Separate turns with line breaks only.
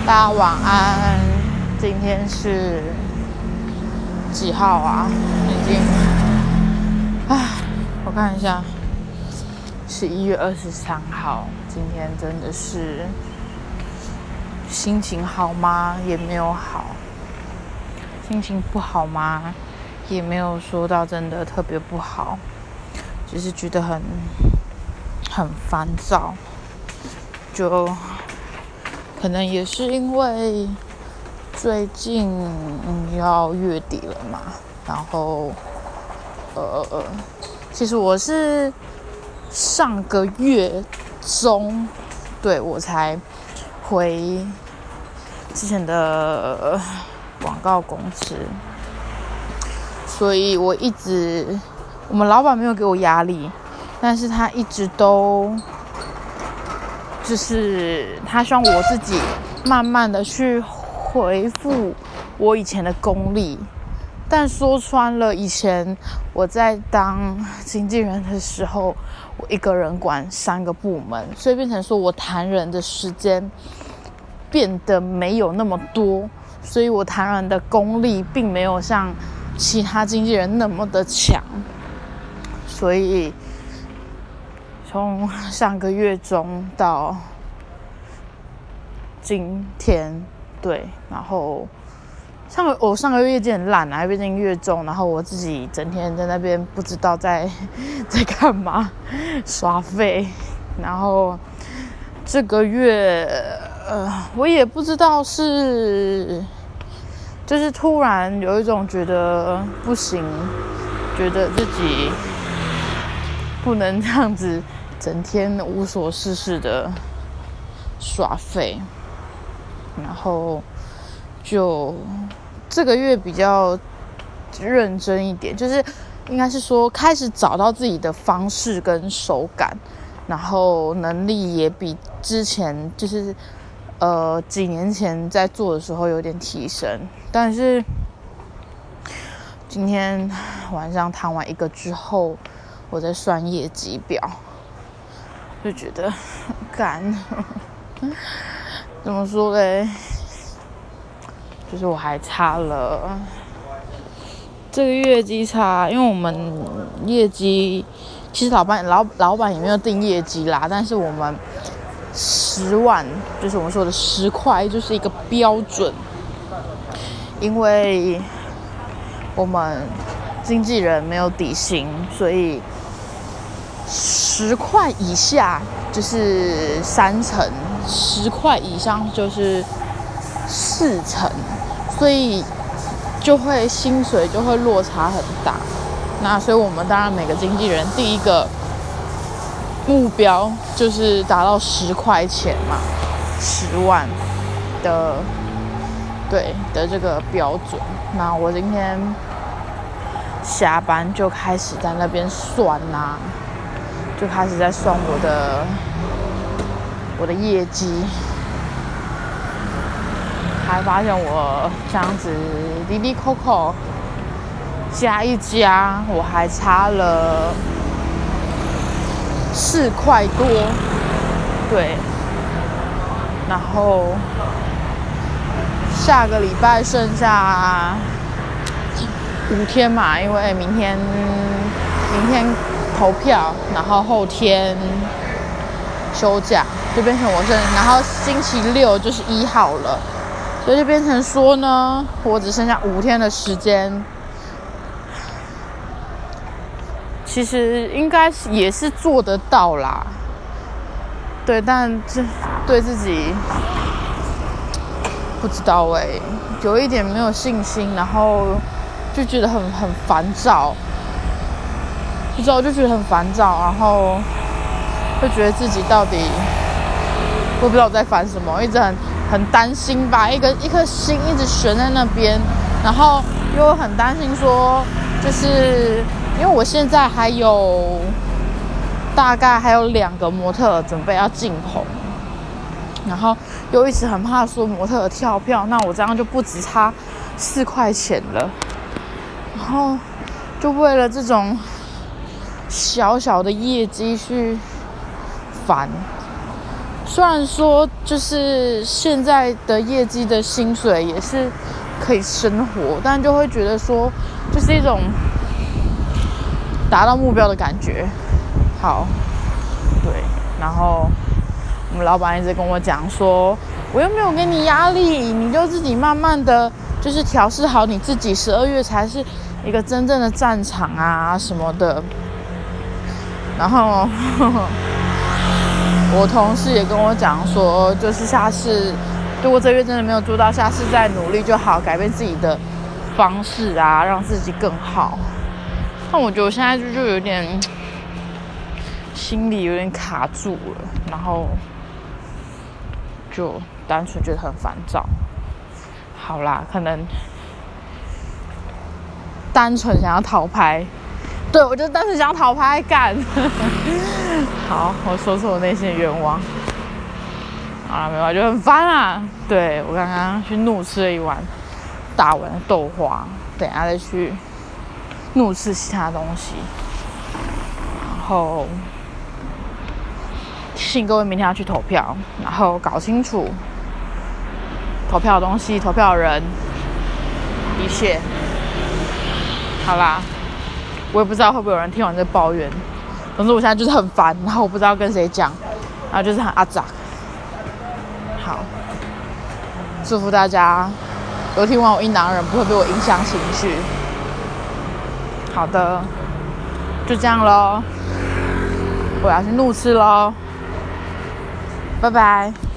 大家晚安。今天是几号啊？已经，我看一下，11月23号。今天真的是心情好吗？也没有好。心情不好吗？也没有说到真的特别不好，只是觉得很烦躁。就可能也是因为最近要月底了嘛，然后其实我是上个月中，对，我才回之前的广告公司，所以我们老板没有给我压力，但是他一直都就是他希望我自己慢慢的去回复我以前的功力。但说穿了，以前我在当经纪人的时候，我一个人管3个部门，所以变成说我谈人的时间变得没有那么多，所以我谈人的功力并没有像其他经纪人那么的强。所以从上个月中到今天，对，然后上个月业绩很烂啊，毕竟月中，然后我自己整天在那边不知道在干嘛，耍废。然后这个月，我也不知道就是突然有一种觉得不行，觉得自己不能这样子整天无所事事的耍废，然后就这个月比较认真一点，就是应该是说开始找到自己的方式跟手感，然后能力也比之前就是几年前在做的时候有点提升。但是今天晚上谈完一个之后，我在算业绩表，就觉得干怎么说嘞，就是我还差了这个业绩差，因为我们业绩其实老板也没有定业绩啦，但是我们10万就是我们说的10块就是一个标准，因为我们经纪人没有底薪，所以10块以下就是3成，10块以上就是4成，所以薪水就会落差很大。那所以我们当然每个经纪人第一个目标就是达到10块钱嘛，10万的这个标准。那我今天下班就开始在那边算啊，就开始在算我的业绩，还发现我这样子滴滴扣扣加一加，我还差了4块多，对。然后下个礼拜剩下5天嘛，因为明天投票，然后后天休假，就变成然后星期6就是1号了，所以就变成说呢，我只剩下5天的时间。其实应该也是做得到啦，对，但这对自己不知道有一点没有信心，然后就觉得很烦躁，不知道就觉得很烦躁，然后会觉得自己到底我不知道我在烦什么，一直很担心吧，一颗心一直悬在那边，然后又很担心说，就是因为我现在大概还有2个模特准备要进棚，然后又一直很怕说模特跳票，那我这样就不只差4块钱了，然后就为了这种小小的业绩去烦， 虽然说就是现在的业绩的薪水也是可以生活，但就会觉得说就是一种达到目标的感觉。好，对，然后我们老板一直跟我讲说，我又没有给你压力，你就自己慢慢的就是调试好你自己，12月才是一个真正的战场啊什么的。然后我同事也跟我讲说，就是下次如果这月真的没有做到，下次再努力就好，改变自己的方式啊，让自己更好。但我觉得我现在就有点心里有点卡住了，然后就单纯觉得很烦躁。好啦，可能单纯想要讨拍，对，我就单纯想要讨拍干。好，我说出我内心的愿望。好了，没有，就很烦啊。对，我刚刚去怒吃了一碗大碗的豆花，等一下再去怒吃其他东西。然后提醒各位明天要去投票，然后搞清楚投票的东西、投票的人，一切。好啦，我也不知道会不会有人听完这抱怨。总之我现在就是很烦，然后我不知道跟谁讲，然后就是很阿杂。好，祝福大家有听完我音档的人不会被我影响情绪。好的，就这样咯，我要去怒吃咯，拜拜。